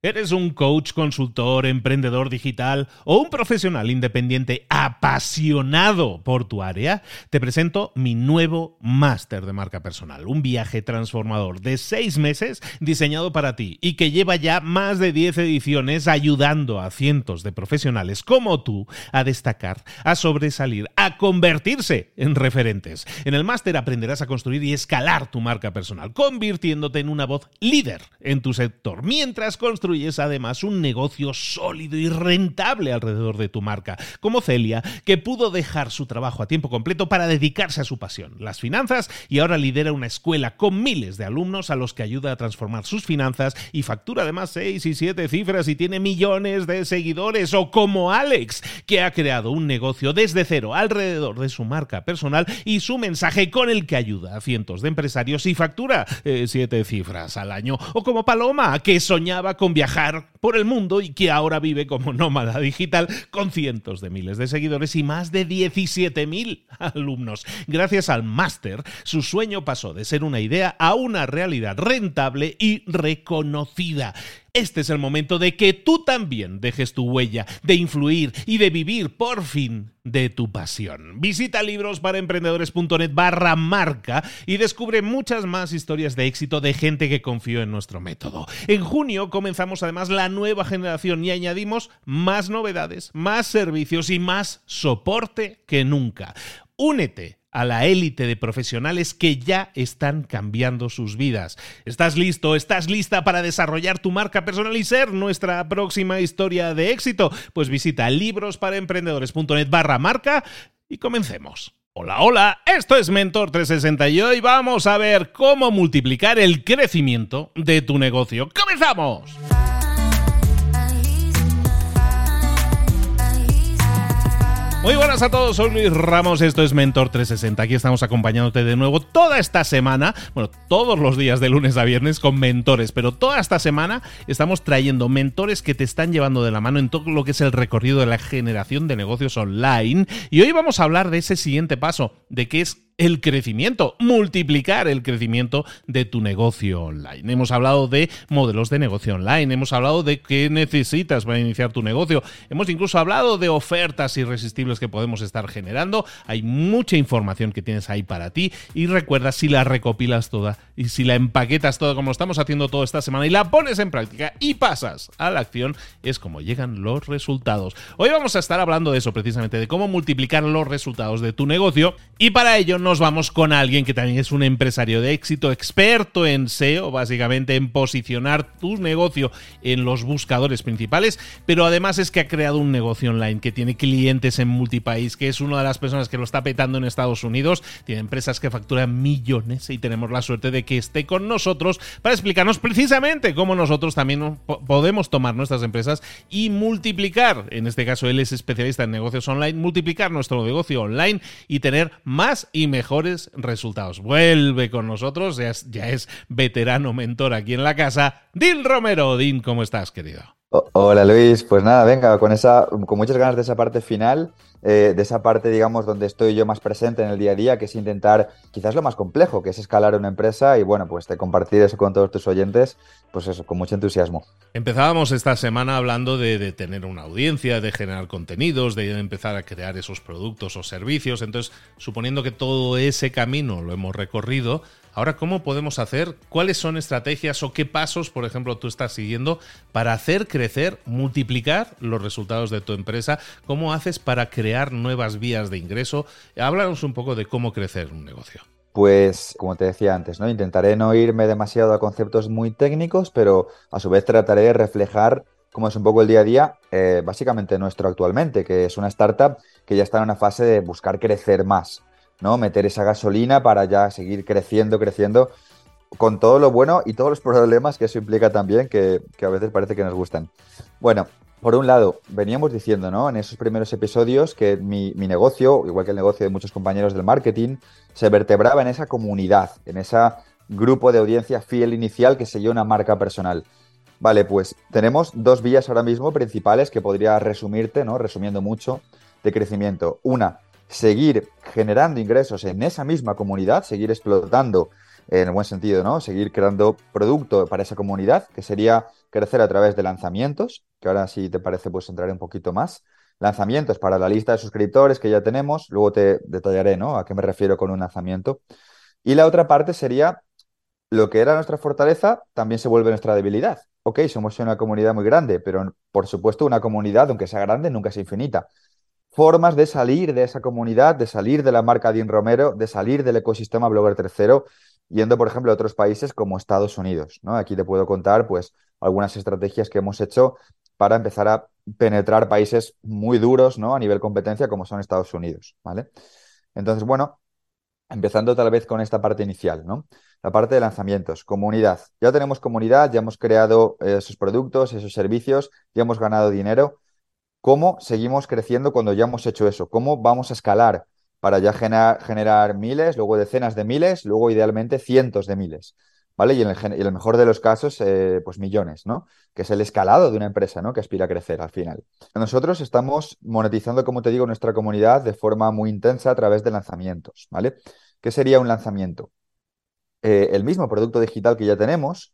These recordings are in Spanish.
¿Eres un coach, consultor, emprendedor digital o un profesional independiente apasionado por tu área? Te presento mi nuevo máster de marca personal, un viaje transformador de 6 meses diseñado para ti y que lleva ya más de 10 ediciones ayudando a cientos de profesionales como tú a destacar, a sobresalir, a convertirse en referentes. En el máster aprenderás a construir y escalar tu marca personal, convirtiéndote en una voz líder en tu sector, mientras construyes además un negocio sólido y rentable alrededor de tu marca, como Celia, que pudo dejar su trabajo a tiempo completo para dedicarse a su pasión, las finanzas, y ahora lidera una escuela con miles de alumnos a los que ayuda a transformar sus finanzas y factura además 6 y 7 cifras y tiene millones de seguidores. O como Alex, que ha creado un negocio desde cero alrededor de su marca personal y su mensaje, con el que ayuda a cientos de empresarios y factura 7 cifras al año. O como Paloma, que soñaba con viajar por el mundo y que ahora vive como nómada digital con cientos de miles de seguidores y más de 17.000 alumnos. Gracias al máster, su sueño pasó de ser una idea a una realidad rentable y reconocida. Este es el momento de que tú también dejes tu huella, de influir y de vivir por fin de tu pasión. Visita librosparaemprendedores.net/marca y descubre muchas más historias de éxito de gente que confió en nuestro método. En junio comenzamos además la nueva generación y añadimos más novedades, más servicios y más soporte que nunca. Únete a la élite de profesionales que ya están cambiando sus vidas. ¿Estás listo? ¿Estás lista para desarrollar tu marca personal y ser nuestra próxima historia de éxito? Pues visita librosparaemprendedores.net/marca y comencemos. Hola, esto es Mentor 360 y hoy vamos a ver cómo multiplicar el crecimiento de tu negocio. ¡Comenzamos! Muy buenas a todos, soy Luis Ramos, esto es Mentor 360, aquí estamos acompañándote de nuevo toda esta semana, todos los días de lunes a viernes con mentores, pero toda esta semana estamos trayendo mentores que te están llevando de la mano en todo lo que es el recorrido de la generación de negocios online, y hoy vamos a hablar de ese siguiente paso, de qué es el crecimiento, multiplicar el crecimiento de tu negocio online. Hemos hablado de modelos de negocio online, hemos hablado de qué necesitas para iniciar tu negocio, hemos incluso hablado de ofertas irresistibles que podemos estar generando. Hay mucha información que tienes ahí para ti y recuerda, si la recopilas toda y si la empaquetas toda como estamos haciendo toda esta semana y la pones en práctica y pasas a la acción, es como llegan los resultados. Hoy vamos a estar hablando de eso precisamente, de cómo multiplicar los resultados de tu negocio, y para ello nos vamos con alguien que también es un empresario de éxito, experto en SEO, básicamente en posicionar tu negocio en los buscadores principales, pero además es que ha creado un negocio online que tiene clientes en multipaís, que es una de las personas que lo está petando en Estados Unidos, tiene empresas que facturan millones y tenemos la suerte de que esté con nosotros para explicarnos precisamente cómo nosotros también podemos tomar nuestras empresas y multiplicar, en este caso él es especialista en negocios online, multiplicar nuestro negocio online y tener más y mejores resultados. Vuelve con nosotros, ya es veterano mentor aquí en la casa, Dean Romero. Dean, ¿cómo estás, querido? Hola Luis, pues nada, venga, con muchas ganas de esa parte final, de esa parte, digamos, donde estoy yo más presente en el día a día, que es intentar, quizás lo más complejo, que es escalar una empresa y bueno, pues de compartir eso con todos tus oyentes, pues eso, con mucho entusiasmo. Empezábamos esta semana hablando de tener una audiencia, de generar contenidos, de empezar a crear esos productos o servicios. Entonces, suponiendo que todo ese camino lo hemos recorrido, ahora, ¿cómo podemos hacer? ¿Cuáles son estrategias o qué pasos, por ejemplo, tú estás siguiendo para hacer crecer, multiplicar los resultados de tu empresa? ¿Cómo haces para crear nuevas vías de ingreso? Háblanos un poco de cómo crecer un negocio. Pues, como te decía antes, ¿no? Intentaré no irme demasiado a conceptos muy técnicos, pero a su vez trataré de reflejar cómo es un poco el día a día, básicamente nuestro actualmente, que es una startup que ya está en una fase de buscar crecer más, ¿no? Meter esa gasolina para ya seguir creciendo, con todo lo bueno y todos los problemas que eso implica también, que a veces parece que nos gustan. Bueno, por un lado, veníamos diciendo, ¿no?, en esos primeros episodios que mi negocio, igual que el negocio de muchos compañeros del marketing, se vertebraba en esa comunidad, en ese grupo de audiencia fiel inicial que selló una marca personal. Vale, pues tenemos 2 vías ahora mismo principales que podría resumirte, ¿no?, resumiendo mucho, de crecimiento. Una, seguir generando ingresos en esa misma comunidad, seguir explotando en el buen sentido, ¿no? Seguir creando producto para esa comunidad, que sería crecer a través de lanzamientos, que ahora si te parece pues entraré un poquito más. Lanzamientos para la lista de suscriptores que ya tenemos, luego te detallaré, ¿no? A qué me refiero con un lanzamiento. Y la otra parte sería lo que era nuestra fortaleza, también se vuelve nuestra debilidad. Ok, somos una comunidad muy grande, pero por supuesto una comunidad, aunque sea grande, nunca es infinita. Formas de salir de esa comunidad, de salir de la marca Dean Romero, de salir del ecosistema Blogger Tercero, yendo, por ejemplo, a otros países como Estados Unidos, ¿no? Aquí te puedo contar, pues, algunas estrategias que hemos hecho para empezar a penetrar países muy duros, ¿no? A nivel competencia, como son Estados Unidos, ¿vale? Entonces, bueno, empezando tal vez con esta parte inicial, ¿no? La parte de lanzamientos, comunidad. Ya tenemos comunidad, ya hemos creado esos productos, esos servicios, ya hemos ganado dinero. ¿Cómo seguimos creciendo cuando ya hemos hecho eso? ¿Cómo vamos a escalar para ya generar miles, luego decenas de miles, luego idealmente cientos de miles? ¿Vale? Y en el mejor de los casos, pues millones, ¿no? Que es el escalado de una empresa, ¿no? Que aspira a crecer al final. Nosotros estamos monetizando, como te digo, nuestra comunidad de forma muy intensa a través de lanzamientos, ¿vale? ¿Qué sería un lanzamiento? El mismo producto digital que ya tenemos,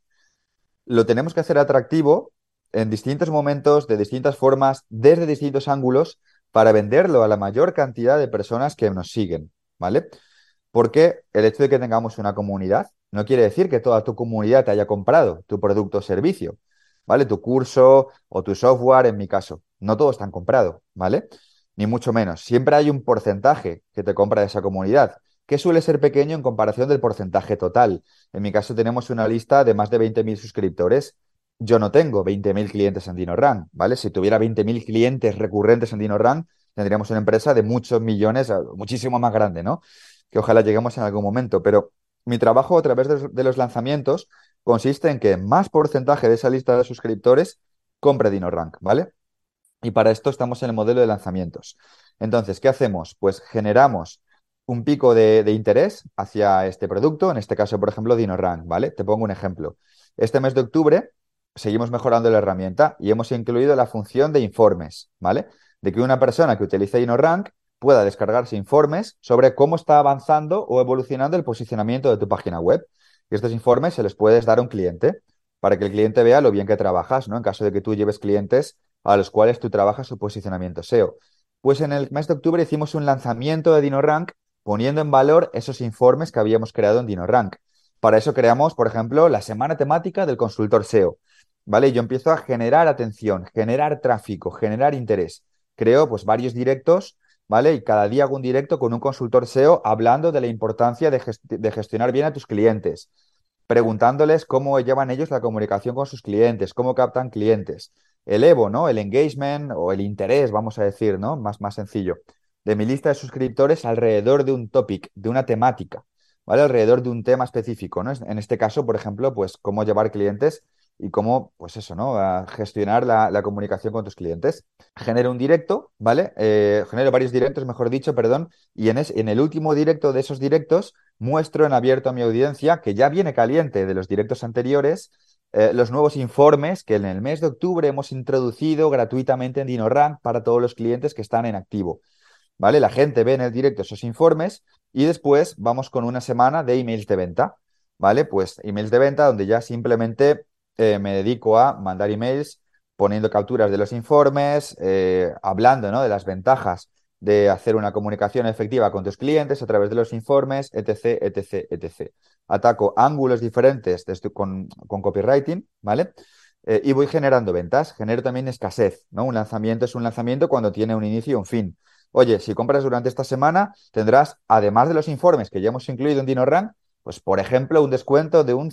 lo tenemos que hacer atractivo en distintos momentos, de distintas formas, desde distintos ángulos, para venderlo a la mayor cantidad de personas que nos siguen, ¿vale? Porque el hecho de que tengamos una comunidad no quiere decir que toda tu comunidad te haya comprado tu producto o servicio, ¿vale? Tu curso o tu software, en mi caso. No todos están comprados, ¿vale? Ni mucho menos. Siempre hay un porcentaje que te compra de esa comunidad, que suele ser pequeño en comparación del porcentaje total. En mi caso tenemos una lista de más de 20.000 suscriptores. Yo no tengo 20.000 clientes en DinoRank, ¿vale? Si tuviera 20.000 clientes recurrentes en DinoRank, tendríamos una empresa de muchos millones, muchísimo más grande, ¿no? Que ojalá lleguemos en algún momento. Pero mi trabajo a través de los lanzamientos consiste en que más porcentaje de esa lista de suscriptores compre DinoRank, ¿vale? Y para esto estamos en el modelo de lanzamientos. Entonces, ¿qué hacemos? Pues generamos un pico de interés hacia este producto, en este caso, por ejemplo, DinoRank, ¿vale? Te pongo un ejemplo. Este mes de octubre seguimos mejorando la herramienta y hemos incluido la función de informes, ¿vale? De que una persona que utilice DinoRank pueda descargarse informes sobre cómo está avanzando o evolucionando el posicionamiento de tu página web. Y estos informes se les puedes dar a un cliente para que el cliente vea lo bien que trabajas, ¿no? En caso de que tú lleves clientes a los cuales tú trabajas su posicionamiento SEO. Pues en el mes de octubre hicimos un lanzamiento de DinoRank poniendo en valor esos informes que habíamos creado en DinoRank. Para eso creamos, por ejemplo, la semana temática del consultor SEO. ¿Vale? Y yo empiezo a generar atención, generar tráfico, generar interés. Creo pues varios directos, ¿vale? Y cada día hago un directo con un consultor SEO hablando de la importancia de gestionar bien a tus clientes, preguntándoles cómo llevan ellos la comunicación con sus clientes, cómo captan clientes. Elevo, ¿no? El engagement o el interés, vamos a decir, ¿no? Más sencillo, de mi lista de suscriptores alrededor de un topic, de una temática, ¿vale? Alrededor de un tema específico, ¿no? En este caso, por ejemplo, pues cómo llevar clientes y cómo, pues eso, ¿no? A gestionar la comunicación con tus clientes. Genero un directo, ¿vale? Genero varios directos, mejor dicho, perdón, y en el último directo de esos directos muestro en abierto a mi audiencia, que ya viene caliente de los directos anteriores, los nuevos informes que en el mes de octubre hemos introducido gratuitamente en DinoRank para todos los clientes que están en activo. ¿Vale? La gente ve en el directo esos informes y después vamos con una semana de emails de venta. ¿Vale? Pues emails de venta donde ya simplemente me dedico a mandar emails poniendo capturas de los informes, hablando, ¿no? De las ventajas de hacer una comunicación efectiva con tus clientes a través de los informes, etc., etc., etc. Ataco ángulos diferentes con copywriting, ¿vale? Y voy generando ventas, genero también escasez, ¿no? Un lanzamiento es un lanzamiento cuando tiene un inicio y un fin. Oye, si compras durante esta semana, tendrás, además de los informes que ya hemos incluido en DinoRank, pues, por ejemplo, un descuento de un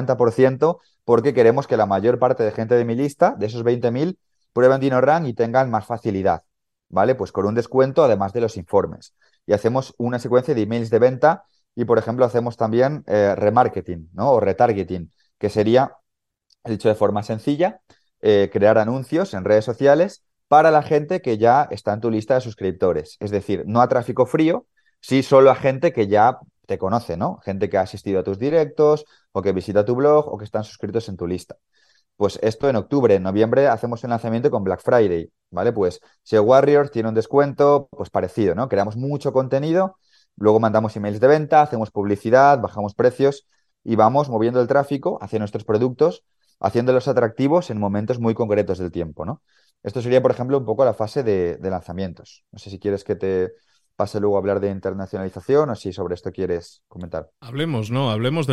50% porque queremos que la mayor parte de gente de mi lista, de esos 20.000, prueben DinoRank y tengan más facilidad. ¿Vale? Pues con un descuento además de los informes. Y hacemos una secuencia de emails de venta y, por ejemplo, hacemos también remarketing, ¿no? O retargeting, que sería, dicho de forma sencilla, crear anuncios en redes sociales para la gente que ya está en tu lista de suscriptores. Es decir, no a tráfico frío, sí solo a gente que ya te conoce, ¿no? Gente que ha asistido a tus directos o que visita tu blog o que están suscritos en tu lista. Pues esto en octubre, en noviembre hacemos un lanzamiento con Black Friday, ¿vale? Pues SEO Warriors tiene un descuento, pues parecido, ¿no? Creamos mucho contenido, luego mandamos emails de venta, hacemos publicidad, bajamos precios y vamos moviendo el tráfico hacia nuestros productos, haciéndolos atractivos en momentos muy concretos del tiempo, ¿no? Esto sería, por ejemplo, un poco la fase de lanzamientos. No sé si quieres que te pase luego a hablar de internacionalización o si sobre esto quieres comentar. Hablemos, ¿no? Hablemos de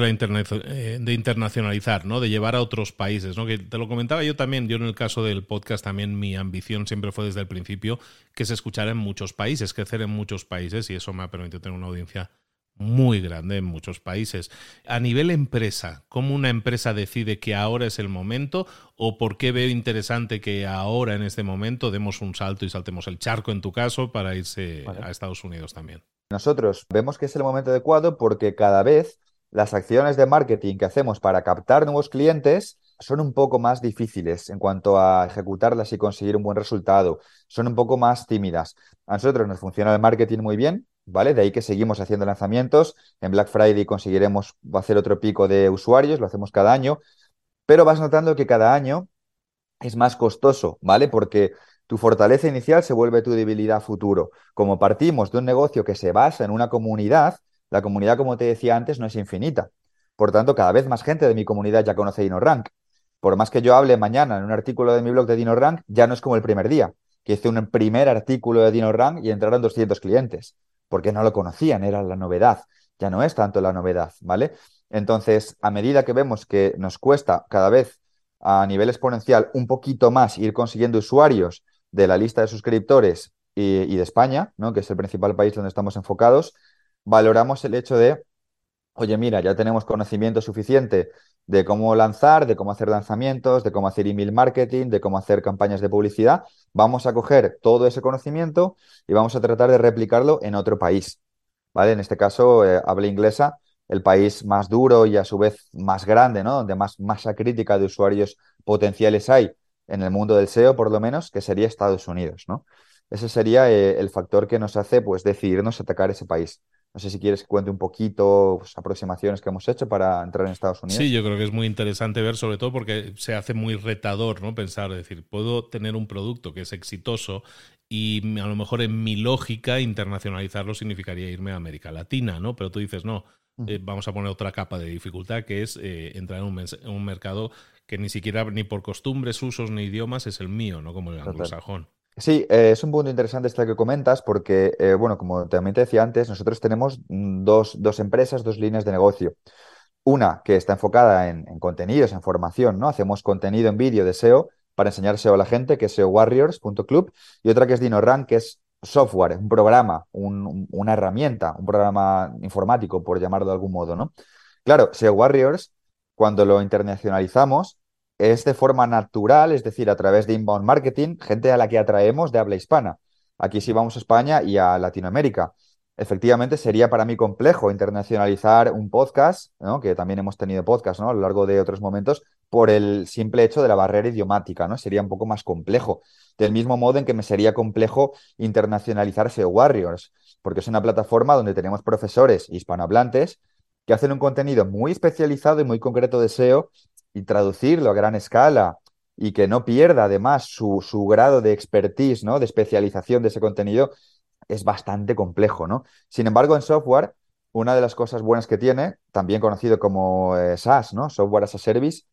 de internacionalizar, ¿no? De llevar a otros países, ¿no? Que te lo comentaba yo también, yo en el caso del podcast también mi ambición siempre fue desde el principio que se escuchara en muchos países, crecer en muchos países y eso me ha permitido tener una audiencia muy grande en muchos países. A nivel empresa, ¿cómo una empresa decide que ahora es el momento o por qué veo interesante que ahora en este momento demos un salto y saltemos el charco en tu caso para irse Vale. a Estados Unidos también? Nosotros vemos que es el momento adecuado porque cada vez las acciones de marketing que hacemos para captar nuevos clientes son un poco más difíciles en cuanto a ejecutarlas y conseguir un buen resultado. Son un poco más tímidas. A nosotros nos funciona el marketing muy bien, ¿vale? De ahí que seguimos haciendo lanzamientos. En Black Friday conseguiremos hacer otro pico de usuarios, lo hacemos cada año, pero vas notando que cada año es más costoso, ¿vale? Porque tu fortaleza inicial se vuelve tu debilidad futuro. Como partimos de un negocio que se basa en una comunidad, la comunidad, como te decía antes, no es infinita. Por tanto, cada vez más gente de mi comunidad ya conoce DinoRank. Por más que yo hable mañana en un artículo de mi blog de DinoRank, ya no es como el primer día, que hice un primer artículo de DinoRank y entraron 200 clientes, porque no lo conocían, era la novedad. Ya no es tanto la novedad, ¿vale? Entonces, a medida que vemos que nos cuesta cada vez a nivel exponencial un poquito más ir consiguiendo usuarios de la lista de suscriptores y de España, ¿no? Que es el principal país donde estamos enfocados, valoramos el hecho de, oye, mira, ya tenemos conocimiento suficiente de cómo lanzar, de cómo hacer lanzamientos, de cómo hacer email marketing, de cómo hacer campañas de publicidad. Vamos a coger todo ese conocimiento y vamos a tratar de replicarlo en otro país. ¿Vale? En este caso, habla inglesa, el país más duro y a su vez más grande, ¿no? Donde más masa crítica de usuarios potenciales hay en el mundo del SEO, por lo menos, que sería Estados Unidos, ¿no? Ese sería el factor que nos hace, pues, decidirnos a atacar ese país. No sé si quieres que cuente un poquito, pues, aproximaciones que hemos hecho para entrar en Estados Sí, Unidos. yo creo que es muy interesante ver, sobre todo porque se hace muy retador, ¿no? Pensar, es decir, puedo tener un producto que es exitoso y a lo mejor en mi lógica internacionalizarlo significaría irme a América Latina, ¿no? Pero tú dices, no, Ujú. vamos a poner otra capa de dificultad que es entrar en en un mercado que ni siquiera, ni por costumbres, usos ni idiomas es el mío, ¿no? Como el Total. anglosajón. Sí, es un punto interesante este que comentas porque, bueno, como también te decía antes, nosotros tenemos dos empresas, dos líneas de negocio. Una que está enfocada en contenidos, en formación, ¿no? Hacemos contenido en vídeo de SEO para enseñar SEO a la gente, que es SEOwarriors.club, y otra que es DinoRank, que es software, un programa, una herramienta, un programa informático, por llamarlo de algún modo, ¿no? Claro, SEO Warriors, cuando lo internacionalizamos, es de forma natural, es decir, a través de inbound marketing, gente a la que atraemos de habla hispana. Aquí sí vamos a España y a Latinoamérica. Efectivamente, sería para mí complejo internacionalizar un podcast, ¿no? Que también hemos tenido podcast, ¿no? A lo largo de otros momentos, por el simple hecho de la barrera idiomática, ¿no? Sería un poco más complejo. Del mismo modo en que me sería complejo internacionalizar SEO Warriors, porque es una plataforma donde tenemos profesores hispanohablantes que hacen un contenido muy especializado y muy concreto de SEO y traducirlo a gran escala y que no pierda además su grado de expertise, ¿no? De especialización de ese contenido es bastante complejo, ¿no? Sin embargo, en software, una de las cosas buenas que tiene, también conocido como SaaS, ¿no? Software as a Service,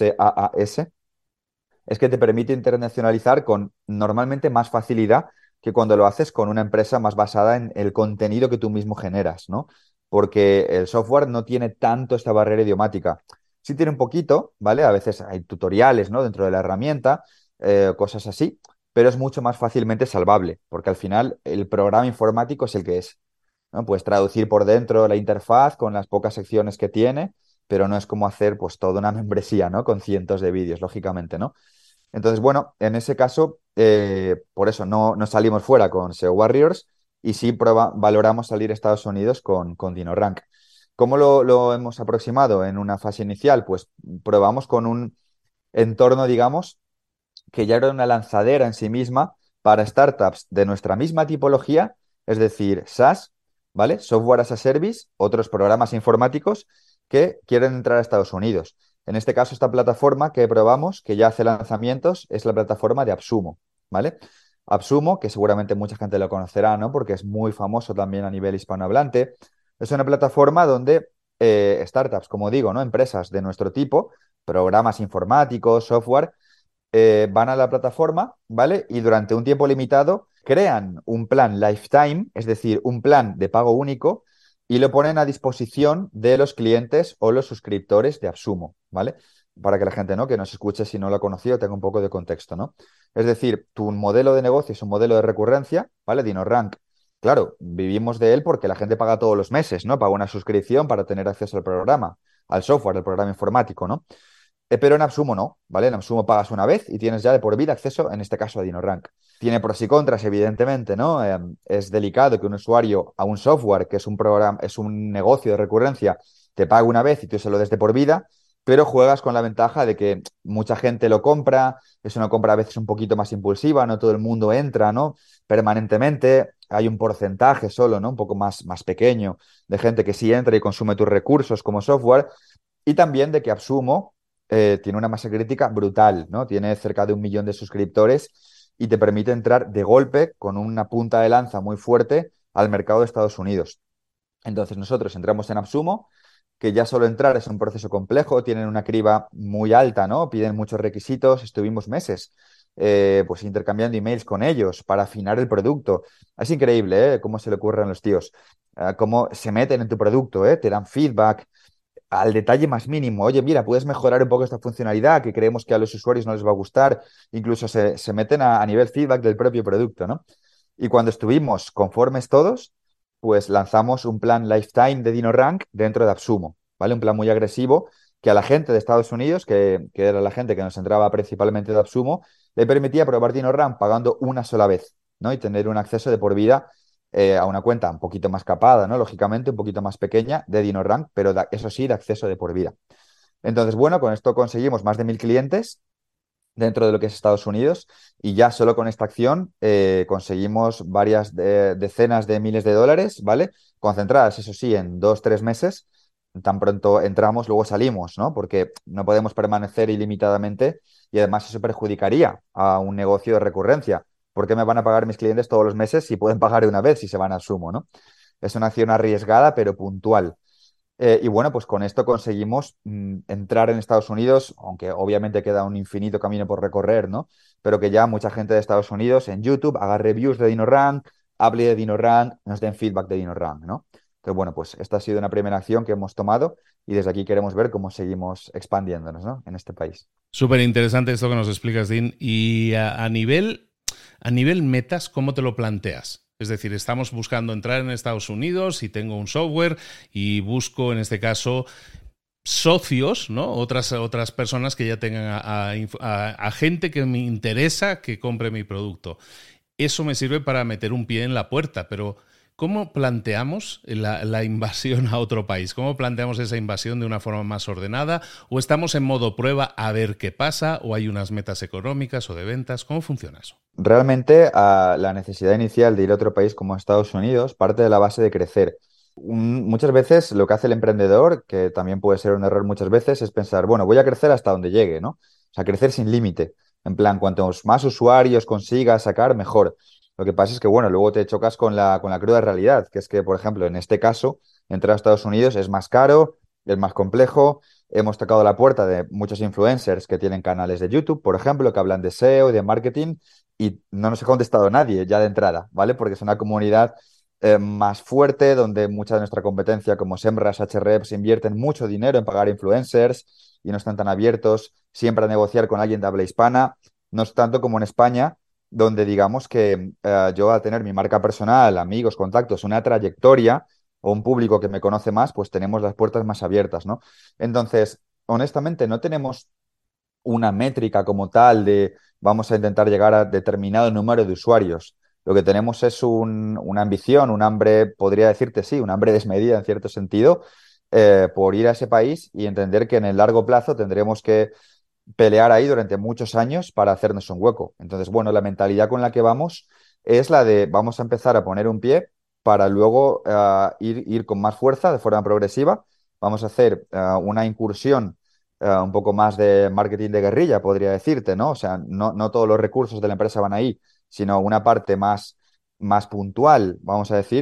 SaaS, es que te permite internacionalizar con normalmente más facilidad que cuando lo haces con una empresa más basada en el contenido que tú mismo generas, ¿no? Porque el software no tiene tanto esta barrera idiomática. Sí tiene un poquito, ¿vale? A veces hay tutoriales, ¿no? Dentro de la herramienta, cosas así, pero es mucho más fácilmente salvable, porque al final el programa informático es el que es, ¿no? Puedes traducir por dentro la interfaz con las pocas secciones que tiene, pero no es como hacer pues toda una membresía, ¿no? Con cientos de vídeos, lógicamente, ¿no? Entonces, bueno, en ese caso, por eso no salimos fuera con SEO Warriors y sí valoramos salir a Estados Unidos con DinoRank. ¿Cómo lo hemos aproximado en una fase inicial? Pues probamos con un entorno, digamos, que ya era una lanzadera en sí misma para startups de nuestra misma tipología, es decir, SaaS, ¿vale? Software as a Service, otros programas informáticos que quieren entrar a Estados Unidos. En este caso, esta plataforma que probamos, que ya hace lanzamientos, es la plataforma de Absumo, ¿vale? Absumo, que seguramente mucha gente lo conocerá, ¿no? Porque es muy famoso también a nivel hispanohablante. Es una plataforma donde startups, como digo, ¿no? Empresas de nuestro tipo, programas informáticos, software, van a la plataforma, ¿vale? Y durante un tiempo limitado crean un plan lifetime, es decir, un plan de pago único, y lo ponen a disposición de los clientes o los suscriptores de Absumo, ¿vale? Para que la gente, ¿no? Que nos escuche si no lo ha conocido tenga un poco de contexto, ¿no? Es decir, tu modelo de negocio es un modelo de recurrencia, ¿vale? DinoRank. Claro, vivimos de él porque la gente paga todos los meses, ¿no? Paga una suscripción para tener acceso al programa, al software del programa informático, ¿no? Pero en Absumo no, ¿vale? En Absumo pagas una vez y tienes ya de por vida acceso, en este caso, a DinoRank. Tiene pros y contras, evidentemente, ¿no? Es delicado que un usuario a un software, que es un programa, es un negocio de recurrencia, te pague una vez y tú se lo des de por vida, pero juegas con la ventaja de que mucha gente lo compra, es una compra a veces un poquito más impulsiva, no todo el mundo entra, ¿no? Permanentemente, hay un porcentaje solo, ¿no? Un poco más pequeño de gente que sí entra y consume tus recursos como software, y también de que Absumo tiene una masa crítica brutal, ¿no? Tiene cerca de 1 millón de suscriptores y te permite entrar de golpe con una punta de lanza muy fuerte al mercado de Estados Unidos. Entonces nosotros entramos en Absumo, que ya solo entrar es un proceso complejo, tienen una criba muy alta, ¿no? Piden muchos requisitos, estuvimos meses pues intercambiando emails con ellos para afinar el producto. Es increíble, ¿eh? Cómo se le ocurren los tíos, cómo se meten en tu producto, ¿eh? Te dan feedback al detalle más mínimo. Oye, mira, puedes mejorar un poco esta funcionalidad que creemos que a los usuarios no les va a gustar. Incluso se meten a nivel feedback del propio producto, ¿no? Y cuando estuvimos conformes todos, pues lanzamos un plan lifetime de DinoRank dentro de Absumo, ¿vale? Un plan muy agresivo que a la gente de Estados Unidos, que era la gente que nos entraba principalmente de Absumo, le permitía probar DinoRank pagando una sola vez, ¿no? Y tener un acceso de por vida a una cuenta un poquito más capada, ¿no? Lógicamente, un poquito más pequeña de DinoRank, pero eso sí, de acceso de por vida. Entonces, bueno, con esto conseguimos más de 1.000 clientes dentro de lo que es Estados Unidos y ya solo con esta acción conseguimos varias decenas de miles de dólares, ¿vale? Concentradas, eso sí, en 2, 3 meses. Tan pronto entramos, luego salimos, ¿no? Porque no podemos permanecer ilimitadamente y además eso perjudicaría a un negocio de recurrencia. ¿Por qué me van a pagar mis clientes todos los meses si pueden pagar una vez si se van a Sumo, ¿no? Es una acción arriesgada pero puntual. Y bueno, pues con esto conseguimos entrar en Estados Unidos, aunque obviamente queda un infinito camino por recorrer, ¿no? Pero que ya mucha gente de Estados Unidos en YouTube haga reviews de DinoRank, hable de DinoRank, nos den feedback de DinoRank, ¿no? Entonces, bueno, pues esta ha sido una primera acción que hemos tomado y desde aquí queremos ver cómo seguimos expandiéndonos, ¿no? En este país. Súper interesante esto que nos explicas, Dean. Y a nivel metas, ¿cómo te lo planteas? Es decir, estamos buscando entrar en Estados Unidos y tengo un software y busco, en este caso, socios, ¿no? Otras personas que ya tengan a gente que me interesa que compre mi producto. Eso me sirve para meter un pie en la puerta, pero ¿cómo planteamos la invasión a otro país? ¿Cómo planteamos esa invasión de una forma más ordenada? ¿O estamos en modo prueba a ver qué pasa? ¿O hay unas metas económicas o de ventas? ¿Cómo funciona eso? Realmente, la necesidad inicial de ir a otro país como Estados Unidos parte de la base de crecer. Muchas veces lo que hace el emprendedor, que también puede ser un error muchas veces, es pensar, bueno, voy a crecer hasta donde llegue, ¿no? O sea, crecer sin límite. En plan, cuantos más usuarios consigas sacar, mejor. Lo que pasa es que, bueno, luego te chocas con la cruda realidad, que es que, por ejemplo, en este caso, entrar a Estados Unidos es más caro, es más complejo. Hemos tocado la puerta de muchos influencers que tienen canales de YouTube, por ejemplo, que hablan de SEO y de marketing, y no nos ha contestado nadie ya de entrada, ¿vale? Porque es una comunidad más fuerte, donde mucha de nuestra competencia, como Semrush, Ahrefs, invierten mucho dinero en pagar influencers y no están tan abiertos siempre a negociar con alguien de habla hispana. No es tanto como en España, donde digamos que yo al tener mi marca personal, amigos, contactos, una trayectoria o un público que me conoce más, pues tenemos las puertas más abiertas, ¿no? Entonces, honestamente, no tenemos una métrica como tal de vamos a intentar llegar a determinado número de usuarios. Lo que tenemos es una ambición, un hambre, podría decirte sí, un hambre desmedida en cierto sentido, por ir a ese país y entender que en el largo plazo tendremos que pelear ahí durante muchos años para hacernos un hueco. Entonces, bueno, la mentalidad con la que vamos es la de vamos a empezar a poner un pie para luego ir con más fuerza de forma progresiva. Vamos a hacer una incursión un poco más de marketing de guerrilla, podría decirte, ¿no? O sea, no todos los recursos de la empresa van ahí, sino una parte más puntual, vamos a decir.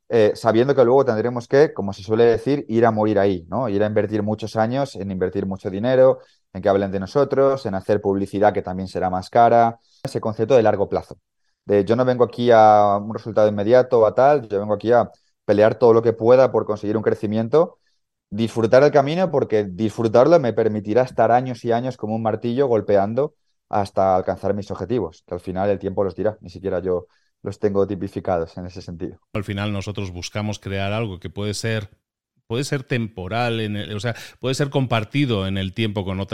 sabiendo que luego tendremos que, como se suele decir, ir a morir ahí, ¿no? Ir a invertir muchos años en invertir mucho dinero, en que hablen de nosotros, en hacer publicidad que también será más cara. Ese concepto de largo plazo. Yo no vengo aquí a un resultado inmediato o a tal, yo vengo aquí a pelear todo lo que pueda por conseguir un crecimiento, disfrutar el camino porque disfrutarlo me permitirá estar años y años como un martillo golpeando hasta alcanzar mis objetivos, que al final el tiempo los dirá, ni siquiera yo los tengo tipificados en ese sentido. Al final nosotros buscamos crear algo que puede ser temporal, o sea, puede ser compartido en el tiempo con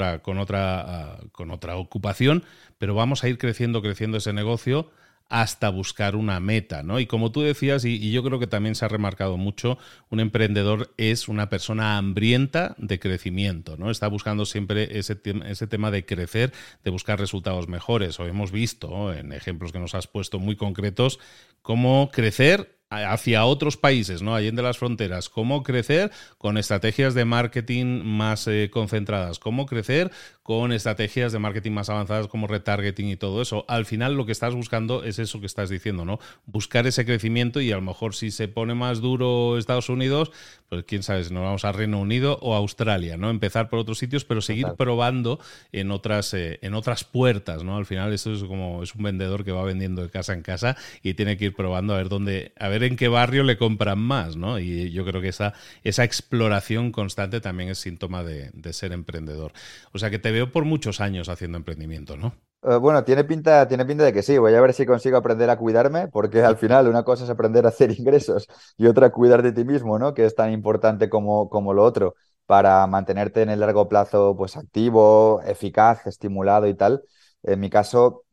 otra ocupación, pero vamos a ir creciendo ese negocio hasta buscar una meta, ¿no? Y como tú decías, y yo creo que también se ha remarcado mucho, un emprendedor es una persona hambrienta de crecimiento, ¿no? Está buscando siempre ese tema de crecer, de buscar resultados mejores. O hemos visto, ¿no?, en ejemplos que nos has puesto muy concretos, cómo crecer hacia otros países, ¿no?, allende las fronteras, cómo crecer con estrategias de marketing más concentradas, cómo crecer con estrategias de marketing más avanzadas como retargeting y todo eso. Al final lo que estás buscando es eso que estás diciendo, ¿no? Buscar ese crecimiento, y a lo mejor si se pone más duro Estados Unidos, pues quién sabe si nos vamos a Reino Unido o a Australia, ¿no? Empezar por otros sitios, pero seguir probando en otras puertas, ¿no? Al final eso es como es un vendedor que va vendiendo de casa en casa y tiene que ir probando a ver en qué barrio le compran más, ¿no? Y yo creo que esa exploración constante también es síntoma de ser emprendedor. O sea que te veo por muchos años haciendo emprendimiento, ¿no? Bueno, tiene pinta de que sí. Voy a ver si consigo aprender a cuidarme, porque al final una cosa es aprender a hacer ingresos y otra cuidar de ti mismo, ¿no? Que es tan importante como lo otro para mantenerte en el largo plazo, pues activo, eficaz, estimulado y tal. En mi caso,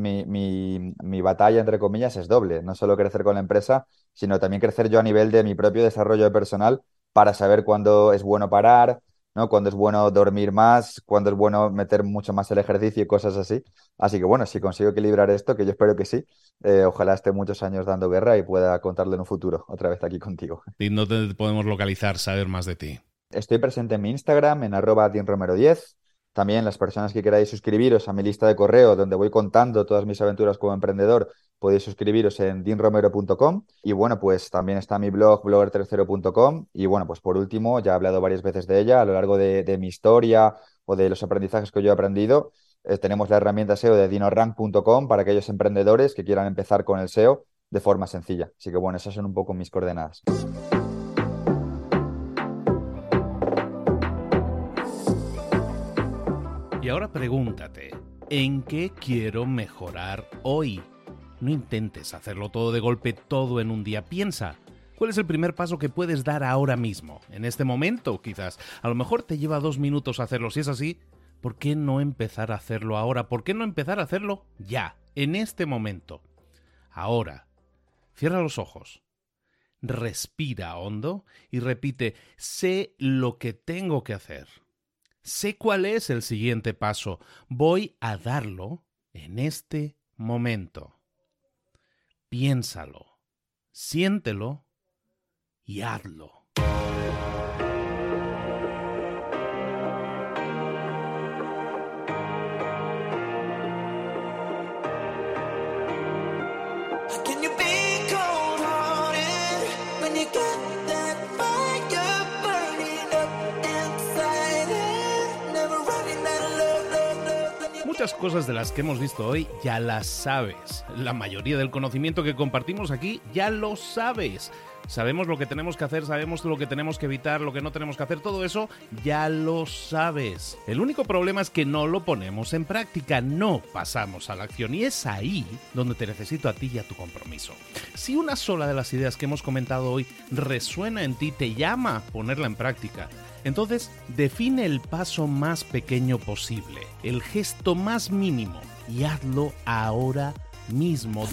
mi batalla, entre comillas, es doble. No solo crecer con la empresa, sino también crecer yo a nivel de mi propio desarrollo personal para saber cuándo es bueno parar, ¿no? Cuándo es bueno dormir más, cuándo es bueno meter mucho más el ejercicio y cosas así. Así que bueno, si consigo equilibrar esto, que yo espero que sí, ojalá esté muchos años dando guerra y pueda contarlo en un futuro, otra vez aquí contigo. ¿Y no te podemos localizar, saber más de ti? Estoy presente en mi Instagram, en @dinromero10. También las personas que queráis suscribiros a mi lista de correo, donde voy contando todas mis aventuras como emprendedor, podéis suscribiros en dinromero.com. Y bueno, pues también está mi blog, blogger30.com. Y bueno, pues por último, ya he hablado varias veces de ella a lo largo de mi historia o de los aprendizajes que yo he aprendido. Tenemos la herramienta SEO de dinorank.com para aquellos emprendedores que quieran empezar con el SEO de forma sencilla. Así que bueno, esas son un poco mis coordenadas. Y ahora pregúntate, ¿en qué quiero mejorar hoy? No intentes hacerlo todo de golpe, todo en un día. Piensa, ¿cuál es el primer paso que puedes dar ahora mismo? En este momento, quizás. A lo mejor te lleva 2 minutos hacerlo. Si es así, ¿por qué no empezar a hacerlo ahora? ¿Por qué no empezar a hacerlo ya, en este momento? Ahora, cierra los ojos, respira hondo y repite, sé lo que tengo que hacer. Sé cuál es el siguiente paso. Voy a darlo en este momento. Piénsalo, siéntelo y hazlo. Muchas cosas de las que hemos visto hoy ya las sabes. La mayoría del conocimiento que compartimos aquí ya lo sabes. Sabemos lo que tenemos que hacer, sabemos lo que tenemos que evitar, lo que no tenemos que hacer, todo eso ya lo sabes. El único problema es que no lo ponemos en práctica, no pasamos a la acción, y es ahí donde te necesito a ti y a tu compromiso. Si una sola de las ideas que hemos comentado hoy resuena en ti, te llama a ponerla en práctica, entonces define el paso más pequeño posible, el gesto más mínimo, y hazlo ahora mismo.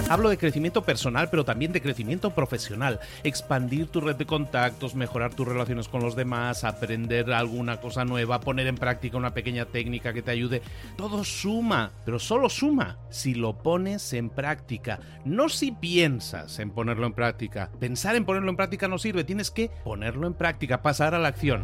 Hablo de crecimiento personal, pero también de crecimiento profesional. Expandir tu red de contactos, mejorar tus relaciones con los demás, aprender alguna cosa nueva, poner en práctica una pequeña técnica que te ayude. Todo suma, pero solo suma si lo pones en práctica. No si piensas en ponerlo en práctica. Pensar en ponerlo en práctica no sirve, tienes que ponerlo en práctica, pasar a la acción.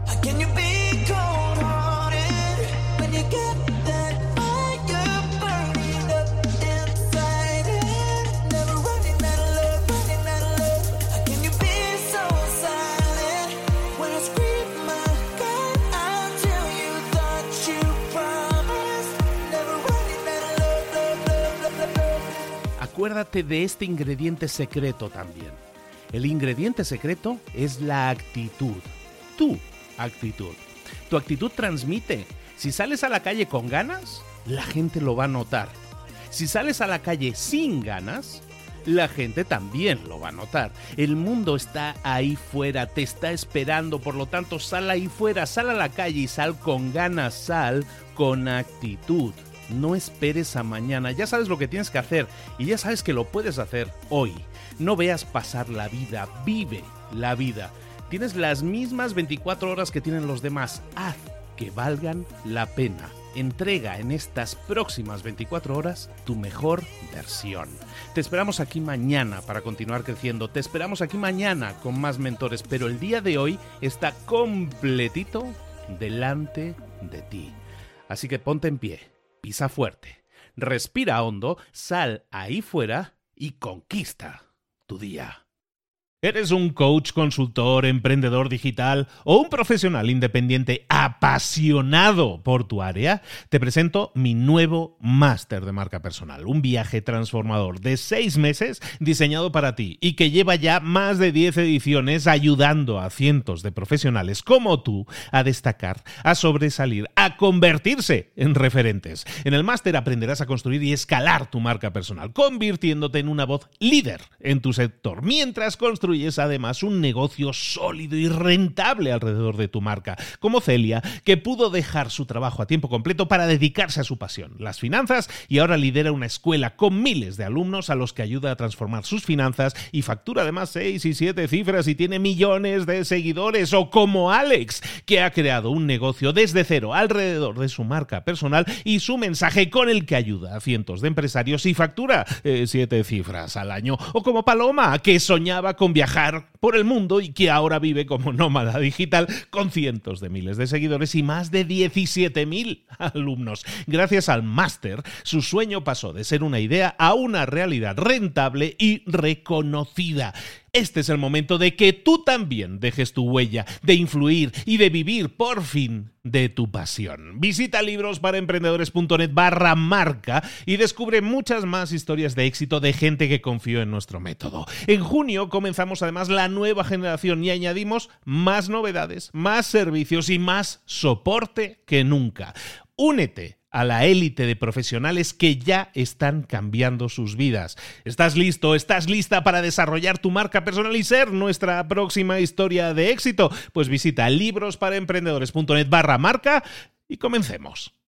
Acuérdate de este ingrediente secreto también. El ingrediente secreto es la actitud. Tu actitud. Tu actitud transmite. Si sales a la calle con ganas, la gente lo va a notar. Si sales a la calle sin ganas, la gente también lo va a notar. El mundo está ahí fuera, te está esperando, por lo tanto sal ahí fuera, sal a la calle y sal con ganas, sal con actitud. No esperes a mañana, ya sabes lo que tienes que hacer y ya sabes que lo puedes hacer hoy. No veas pasar la vida, vive la vida. Tienes las mismas 24 horas que tienen los demás, haz que valgan la pena. Entrega en estas próximas 24 horas tu mejor versión. Te esperamos aquí mañana para continuar creciendo, te esperamos aquí mañana con más mentores, pero el día de hoy está completito delante de ti. Así que ponte en pie. Pisa fuerte, respira hondo, sal ahí fuera y conquista tu día. ¿Eres un coach, consultor, emprendedor digital o un profesional independiente apasionado por tu área? Te presento mi nuevo máster de marca personal, un viaje transformador de 6 meses diseñado para ti y que lleva ya más de 10 ediciones ayudando a cientos de profesionales como tú a destacar, a sobresalir, a convertirse en referentes. En el máster aprenderás a construir y escalar tu marca personal, convirtiéndote en una voz líder en tu sector, mientras construyes además un negocio sólido y rentable alrededor de tu marca, como Celia, que pudo dejar su trabajo a tiempo completo para dedicarse a su pasión, las finanzas, y ahora lidera una escuela con miles de alumnos a los que ayuda a transformar sus finanzas y factura además 6 y 7 cifras y tiene millones de seguidores, o como Alex, que ha creado un negocio desde cero alrededor de su marca personal y su mensaje con el que ayuda a cientos de empresarios y factura 7 cifras al año, o como Paloma, que soñaba con viajar por el mundo y que ahora vive como nómada digital con cientos de miles de seguidores y más de 17.000 alumnos. Gracias al máster, su sueño pasó de ser una idea a una realidad rentable y reconocida. Este es el momento de que tú también dejes tu huella, de influir y de vivir por fin de tu pasión. Visita librosparaemprendedores.net/marca y descubre muchas más historias de éxito de gente que confió en nuestro método. En junio comenzamos además la nueva generación y añadimos más novedades, más servicios y más soporte que nunca. Únete a la élite de profesionales que ya están cambiando sus vidas. ¿Estás listo? ¿Estás lista para desarrollar tu marca personal y ser nuestra próxima historia de éxito? Pues visita librosparaemprendedores.net/marca y comencemos.